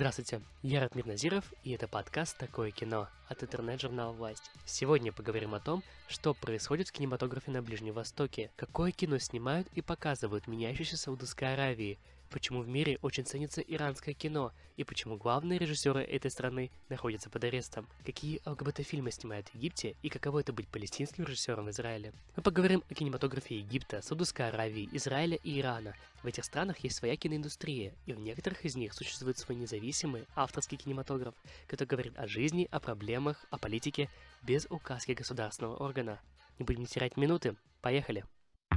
Здравствуйте, я Ратмир Назиров, и это подкаст «Такое кино» от интернет-журнала «Власть». Сегодня поговорим о том, что происходит в кинематографе на Ближнем Востоке, какое кино снимают и показывают в меняющейся Саудовской Аравии, почему в мире очень ценится иранское кино, и почему главные режиссеры этой страны находятся под арестом, какие ЛГБТ-фильмы снимают в Египте и каково это быть палестинским режиссером в Израиле. Мы поговорим о кинематографе Египта, Саудовской Аравии, Израиля и Ирана. В этих странах есть своя киноиндустрия, и в некоторых из них существует свой независимый авторский кинематограф, который говорит о жизни, о проблемах, о политике без указки государственного органа. Не будем терять минуты, поехали!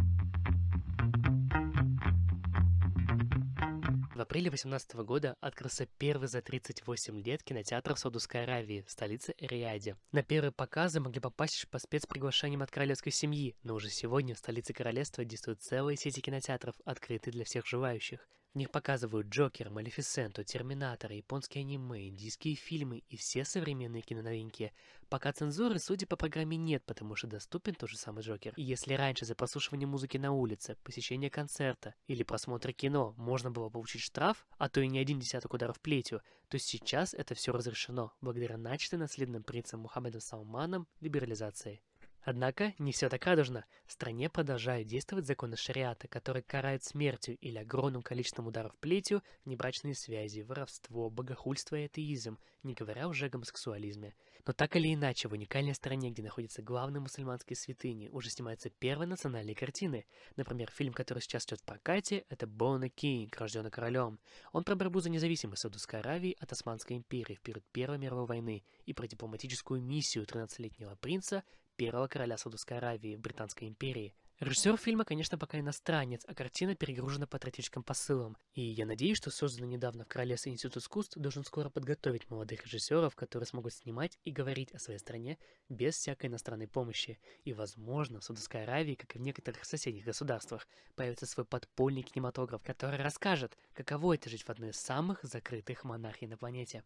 В апреле 2018 года открылся первый за 38 лет кинотеатр в Саудовской Аравии, в столице Риаде. На первые показы могли попасть по спецприглашениям от королевской семьи, но уже сегодня в столице королевства действуют целые сети кинотеатров, открытые для всех желающих. В них показывают Джокер, Малефисенту, Терминатор, японские аниме, индийские фильмы и все современные киноновинки. Пока цензуры, судя по программе, нет, потому что доступен тот же самый Джокер. И если раньше за прослушивание музыки на улице, посещение концерта или просмотр кино можно было получить штраф, а то и не 1 десяток ударов плетью, то сейчас это все разрешено, благодаря начатой наследным принцем Мухаммедом Салманом либерализации. Однако не все так радужно. В стране продолжают действовать законы шариата, которые карают смертью или огромным количеством ударов плетью внебрачные связи, воровство, богохульство и атеизм, не говоря уже о гомосексуализме. Но так или иначе, в уникальной стране, где находятся главные мусульманские святыни, уже снимаются первые национальные картины. Например, фильм, который сейчас идет в прокате, это «Born a King», «Рожденный королем». Он про борьбу за независимость Саудовской Аравии от Османской империи в период Первой мировой войны и про дипломатическую миссию 13-летнего принца, первого короля Саудовской Аравии в Британской империи. Режиссер фильма, конечно, пока иностранец, а картина перегружена патриотическим посылом. И я надеюсь, что созданный недавно в Королевстве Институт искусств должен скоро подготовить молодых режиссеров, которые смогут снимать и говорить о своей стране без всякой иностранной помощи. И, возможно, в Саудовской Аравии, как и в некоторых соседних государствах, появится свой подпольный кинематограф, который расскажет, каково это жить в одной из самых закрытых монархий на планете.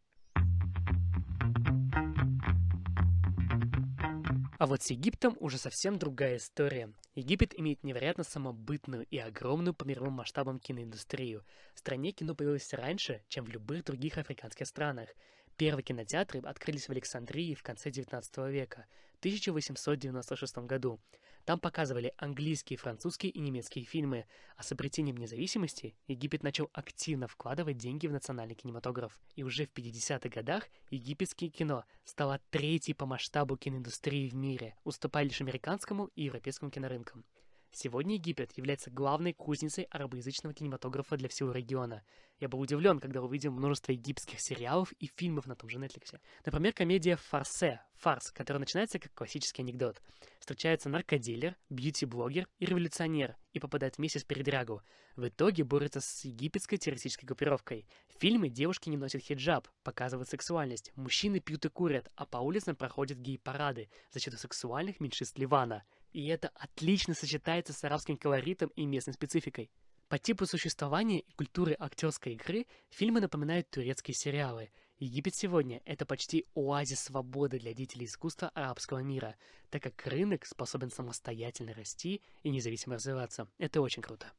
А вот с Египтом уже совсем другая история. Египет имеет невероятно самобытную и огромную по мировым масштабам киноиндустрию. В стране кино появилось раньше, чем в любых других африканских странах. Первые кинотеатры открылись в Александрии в конце 19 века, в 1896 году. Там показывали английские, французские и немецкие фильмы, а с обретением независимости Египет начал активно вкладывать деньги в национальный кинематограф. И уже в 50-х годах египетское кино стало третьей по масштабу киноиндустрии в мире, уступая лишь американскому и европейскому кинорынкам. Сегодня Египет является главной кузницей арабоязычного кинематографа для всего региона. Я был удивлен, когда увидел множество египетских сериалов и фильмов на том же Netflix. Например, комедия «Фарс», которая начинается как классический анекдот. Встречаются наркодилер, бьюти-блогер и революционер и попадают вместе с передрягу. В итоге борются с египетской террористической группировкой. В фильме девушки не носят хиджаб, показывают сексуальность, мужчины пьют и курят, а по улицам проходят гей-парады в защиту сексуальных меньшинств Ливана. И это отлично сочетается с арабским колоритом и местной спецификой. По типу существования и культуры актерской игры фильмы напоминают турецкие сериалы. Египет сегодня — это почти оазис свободы для деятелей искусства арабского мира, так как рынок способен самостоятельно расти и независимо развиваться. Это очень круто.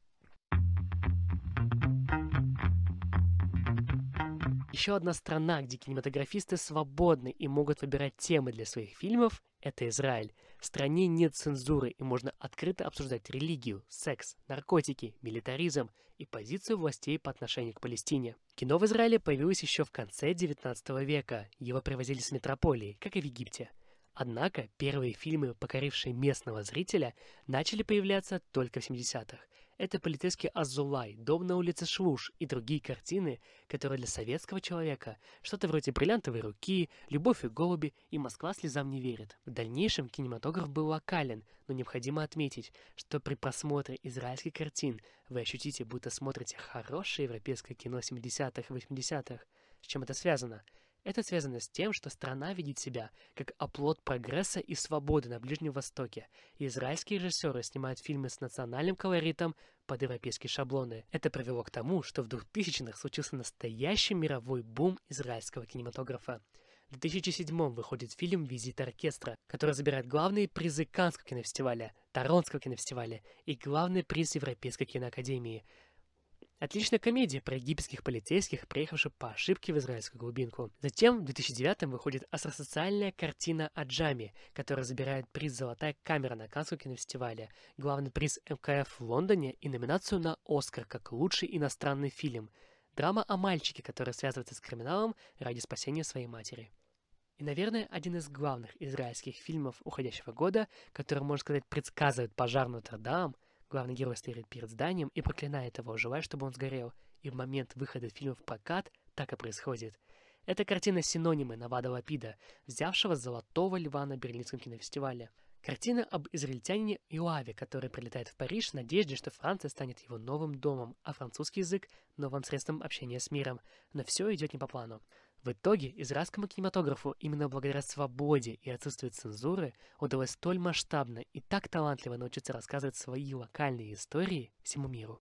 Еще одна страна, где кинематографисты свободны и могут выбирать темы для своих фильмов, это Израиль. В стране нет цензуры и можно открыто обсуждать религию, секс, наркотики, милитаризм и позицию властей по отношению к Палестине. Кино в Израиле появилось еще в конце 19 века. Его привозили с метрополии, как и в Египте. Однако первые фильмы, покорившие местного зрителя, начали появляться только в 70-х. Это полицейский Азулай, Дом на улице Шлуш и другие картины, которые для советского человека что-то вроде «Бриллиантовой руки», «Любовь и голуби» и «Москва слезам не верит». В дальнейшем кинематограф был локален, но необходимо отметить, что при просмотре израильских картин вы ощутите, будто смотрите хорошее европейское кино 70-х и 80-х. С чем это связано? Это связано с тем, что страна видит себя как оплот прогресса и свободы на Ближнем Востоке. И израильские режиссеры снимают фильмы с национальным колоритом под европейские шаблоны. Это привело к тому, что в 2000-х случился настоящий мировой бум израильского кинематографа. В 2007-м выходит фильм «Визит оркестра», который забирает главные призы Каннского кинофестиваля, Торонтского кинофестиваля и главный приз Европейской киноакадемии. Отличная комедия про египетских полицейских, приехавших по ошибке в израильскую глубинку. Затем в 2009 выходит астросоциальная картина «Аджами», которая забирает приз «Золотая камера» на Каннском кинофестивале, главный приз МКФ в Лондоне и номинацию на «Оскар» как лучший иностранный фильм. Драма о мальчике, который связывается с криминалом ради спасения своей матери. И, наверное, один из главных израильских фильмов уходящего года, который, можно сказать, предсказывает пожар Нотр-Дам. Главный герой стоит перед зданием и проклинает его, желая, чтобы он сгорел. И в момент выхода фильма в прокат так и происходит. Это картина «Синонимы» Навада Лапида, взявшего «Золотого льва» на Берлинском кинофестивале. Картина об израильтянине Иоаве, который прилетает в Париж в надежде, что Франция станет его новым домом, а французский язык — новым средством общения с миром. Но все идет не по плану. В итоге израильскому кинематографу именно благодаря свободе и отсутствию цензуры удалось столь масштабно и так талантливо научиться рассказывать свои локальные истории всему миру.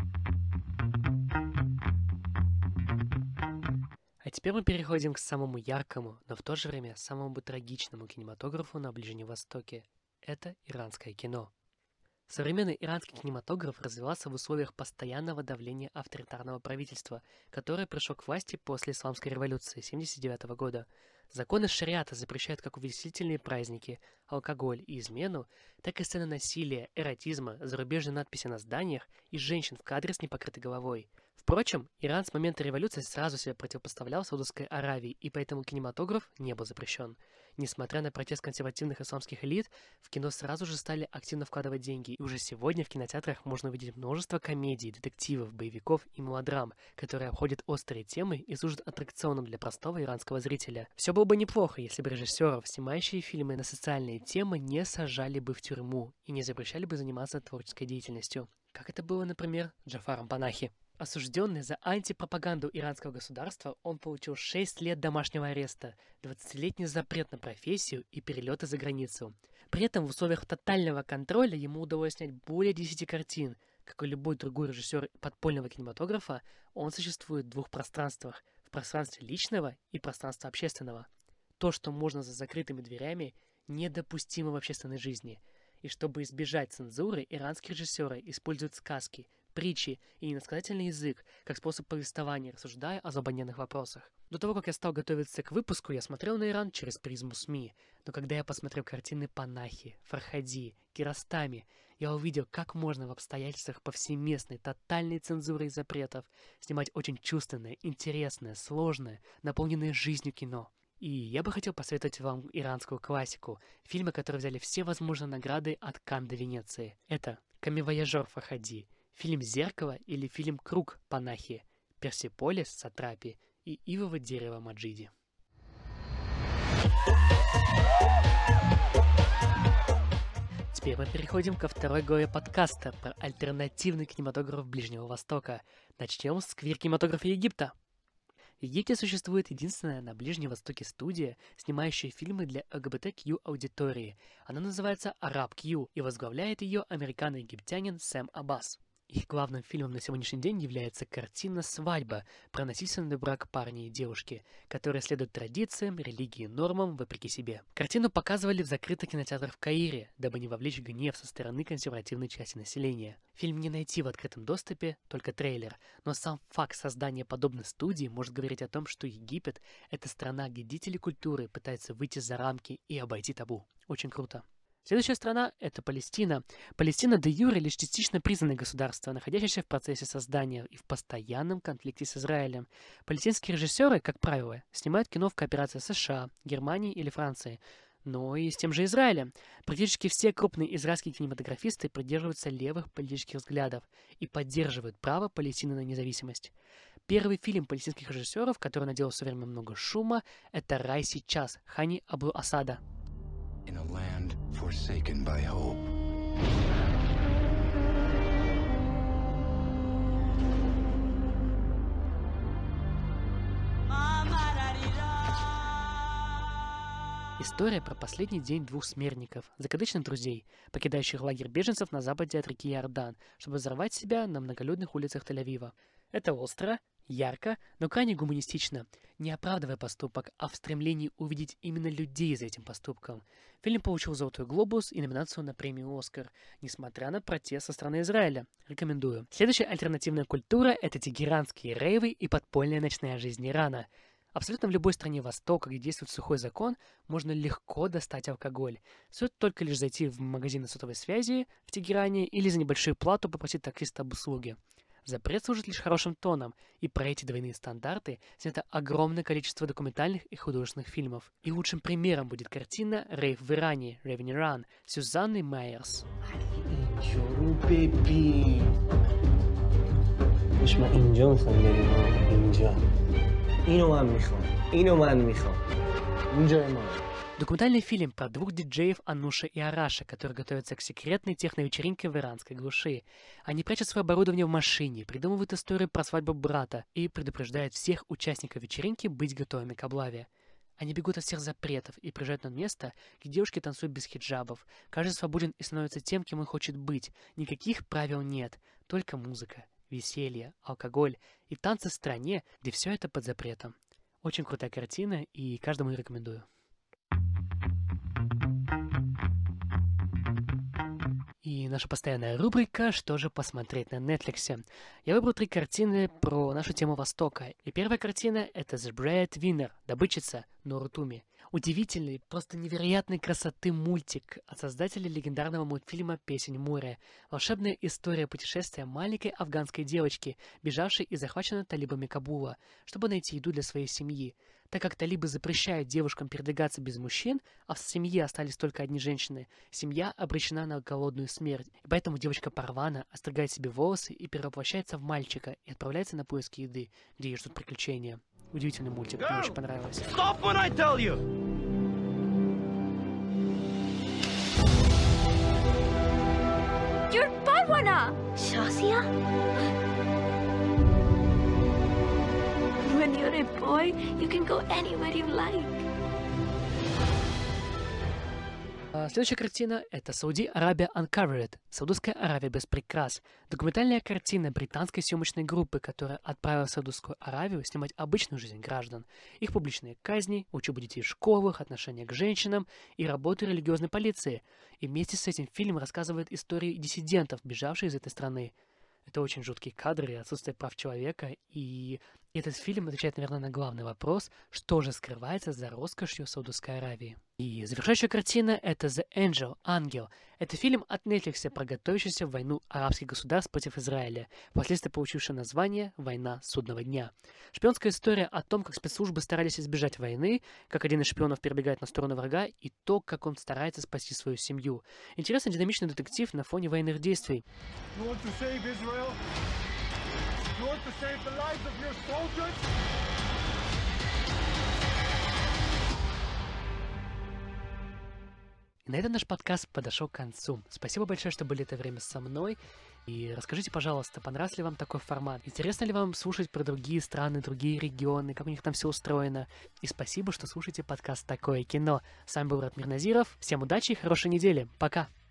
А теперь мы переходим к самому яркому, но в то же время самому трагичному кинематографу на Ближнем Востоке. Это иранское кино. Современный иранский кинематограф развивался в условиях постоянного давления авторитарного правительства, которое пришло к власти после Исламской революции 1979 года. Законы шариата запрещают как увеселительные праздники, алкоголь и измену, так и сцены насилия, эротизма, зарубежные надписи на зданиях и женщин в кадре с непокрытой головой. Впрочем, Иран с момента революции сразу себя противопоставлял Саудовской Аравии, и поэтому кинематограф не был запрещен. Несмотря на протест консервативных исламских элит, в кино сразу же стали активно вкладывать деньги, и уже сегодня в кинотеатрах можно увидеть множество комедий, детективов, боевиков и мелодрам, которые обходят острые темы и служат аттракционом для простого иранского зрителя. Все было бы неплохо, если бы режиссеров, снимающие фильмы на социальные темы, не сажали бы в тюрьму и не запрещали бы заниматься творческой деятельностью. Как это было, например, Джафаром Панахи. Осужденный за антипропаганду иранского государства, он получил 6 лет домашнего ареста, 20-летний запрет на профессию и перелеты за границу. При этом в условиях тотального контроля ему удалось снять более 10 картин. Как и любой другой режиссер подпольного кинематографа, он существует в двух пространствах – в пространстве личного и пространстве общественного. То, что можно за закрытыми дверями, недопустимо в общественной жизни. И чтобы избежать цензуры, иранские режиссеры используют сказки, притчи и иносказательный язык как способ повествования, рассуждая о злободневных вопросах. До того, как я стал готовиться к выпуску, я смотрел на Иран через призму СМИ. Но когда я посмотрел картины Панахи, Фархади, Киаростами, я увидел, как можно в обстоятельствах повсеместной, тотальной цензуры и запретов снимать очень чувственное, интересное, сложное, наполненное жизнью кино. И я бы хотел посоветовать вам иранскую классику, фильмы, которые взяли все возможные награды от Канн до Венеции. Это «Камевояжер» Фархади, фильм «Зеркало» или фильм «Круг» Панахи, «Персеполис» Сатрапи и «Ивово дерево» Маджиди. Теперь мы переходим ко второй главе подкаста про альтернативный кинематограф Ближнего Востока. Начнем с квир-кинематографа Египта. В Египте существует единственная на Ближнем Востоке студия, снимающая фильмы для ЛГБТQ-аудитории. Она называется Arab-Q и возглавляет ее американо-египтянин Сэм Аббас. Их главным фильмом на сегодняшний день является картина «Свадьба» про насильственный брак парня и девушки, которая следует традициям, религии и нормам вопреки себе. Картину показывали в закрытых кинотеатрах в Каире, дабы не вовлечь гнев со стороны консервативной части населения. Фильм не найти в открытом доступе, только трейлер, но сам факт создания подобной студии может говорить о том, что Египет — это страна, где деятели культуры пытаются выйти за рамки и обойти табу. Очень круто. Следующая страна — это Палестина. Палестина де юре лишь частично признанное государство, находящееся в процессе создания и в постоянном конфликте с Израилем. Палестинские режиссеры, как правило, снимают кино в кооперации с США, Германией или Францией, но и с тем же Израилем. Практически все крупные израильские кинематографисты придерживаются левых политических взглядов и поддерживают право Палестины на независимость. Первый фильм палестинских режиссеров, который наделал в свое время много шума, это «Рай сейчас» Хани Абу Асада. In a land forsaken by hope. История про последний день двух смертников, закадычных друзей, покидающих лагерь беженцев на западе от реки Иордан, чтобы взорвать себя на многолюдных улицах Тель-Авива. Это остро, Ярко, но крайне гуманистично, не оправдывая поступок, а в стремлении увидеть именно людей за этим поступком. Фильм получил «Золотой глобус» и номинацию на премию «Оскар», несмотря на протест со стороны Израиля. Рекомендую. Следующая альтернативная культура — это тегеранские рейвы и подпольная ночная жизнь Ирана. Абсолютно в любой стране Востока, где действует сухой закон, можно легко достать алкоголь. Стоит только лишь зайти в магазин сотовой связи в Тегеране или за небольшую плату попросить таксиста об услуге. Запрет служит лишь хорошим тоном, и про эти двойные стандарты снято огромное количество документальных и художественных фильмов. И лучшим примером будет картина «Рейв в Иране» (Rave in Iran) Сюзанны Майерс. Документальный фильм про двух диджеев Ануша и Араша, которые готовятся к секретной техновечеринке в иранской глуши. Они прячут свое оборудование в машине, придумывают историю про свадьбу брата и предупреждают всех участников вечеринки быть готовыми к облаве. Они бегут от всех запретов и приезжают на место, где девушки танцуют без хиджабов. Каждый свободен и становится тем, кем он хочет быть. Никаких правил нет, только музыка, веселье, алкоголь и танцы в стране, где все это под запретом. Очень крутая картина, и каждому рекомендую. И наша постоянная рубрика «Что же посмотреть на Netflix?». Я выбрал 3 картины про нашу тему Востока. И первая картина — это The Breadwinner, добытчица Нору Туми. Удивительный, просто невероятной красоты мультик от создателей легендарного мультфильма «Песнь моря». Волшебная история путешествия маленькой афганской девочки, бежавшей и захваченной талибами Кабула, чтобы найти еду для своей семьи. Так как талибы запрещают девушкам передвигаться без мужчин, а в семье остались только одни женщины, семья обречена на голодную смерть. И поэтому девочка Парвана остригает себе волосы и перевоплощается в мальчика и отправляется на поиски еды, где ее ждут приключения. Удивительный мультик, мне очень понравился. Stop when I tell you! You're Parwana! Shazia? When you're a boy, you can go anywhere you like. Следующая картина — это Saudi Arabia Uncovered, Саудовская Аравия без прикрас. Документальная картина британской съемочной группы, которая отправилась в Саудовскую Аравию снимать обычную жизнь граждан, их публичные казни, учебу детей в школах, отношения к женщинам и работу религиозной полиции. И вместе с этим фильм рассказывает истории диссидентов, бежавших из этой страны. Это очень жуткие кадры, отсутствие прав человека, и этот фильм отвечает, наверное, на главный вопрос, что же скрывается за роскошью Саудовской Аравии. И завершающая картина — это The Angel, Ангел. Это фильм от Netflix про готовящуюся войну арабских государств против Израиля, впоследствии получивший название «Война судного дня». Шпионская история о том, как спецслужбы старались избежать войны, как один из шпионов перебегает на сторону врага, и то, как он старается спасти свою семью. Интересный динамичный детектив на фоне военных действий. И на этом наш подкаст подошел к концу. Спасибо большое, что были это время со мной. И расскажите, пожалуйста, понравился ли вам такой формат? Интересно ли вам слушать про другие страны, другие регионы, как у них там все устроено? И спасибо, что слушаете подкаст «Такое кино». С вами был Ратмир Назиров. Всем удачи и хорошей недели. Пока!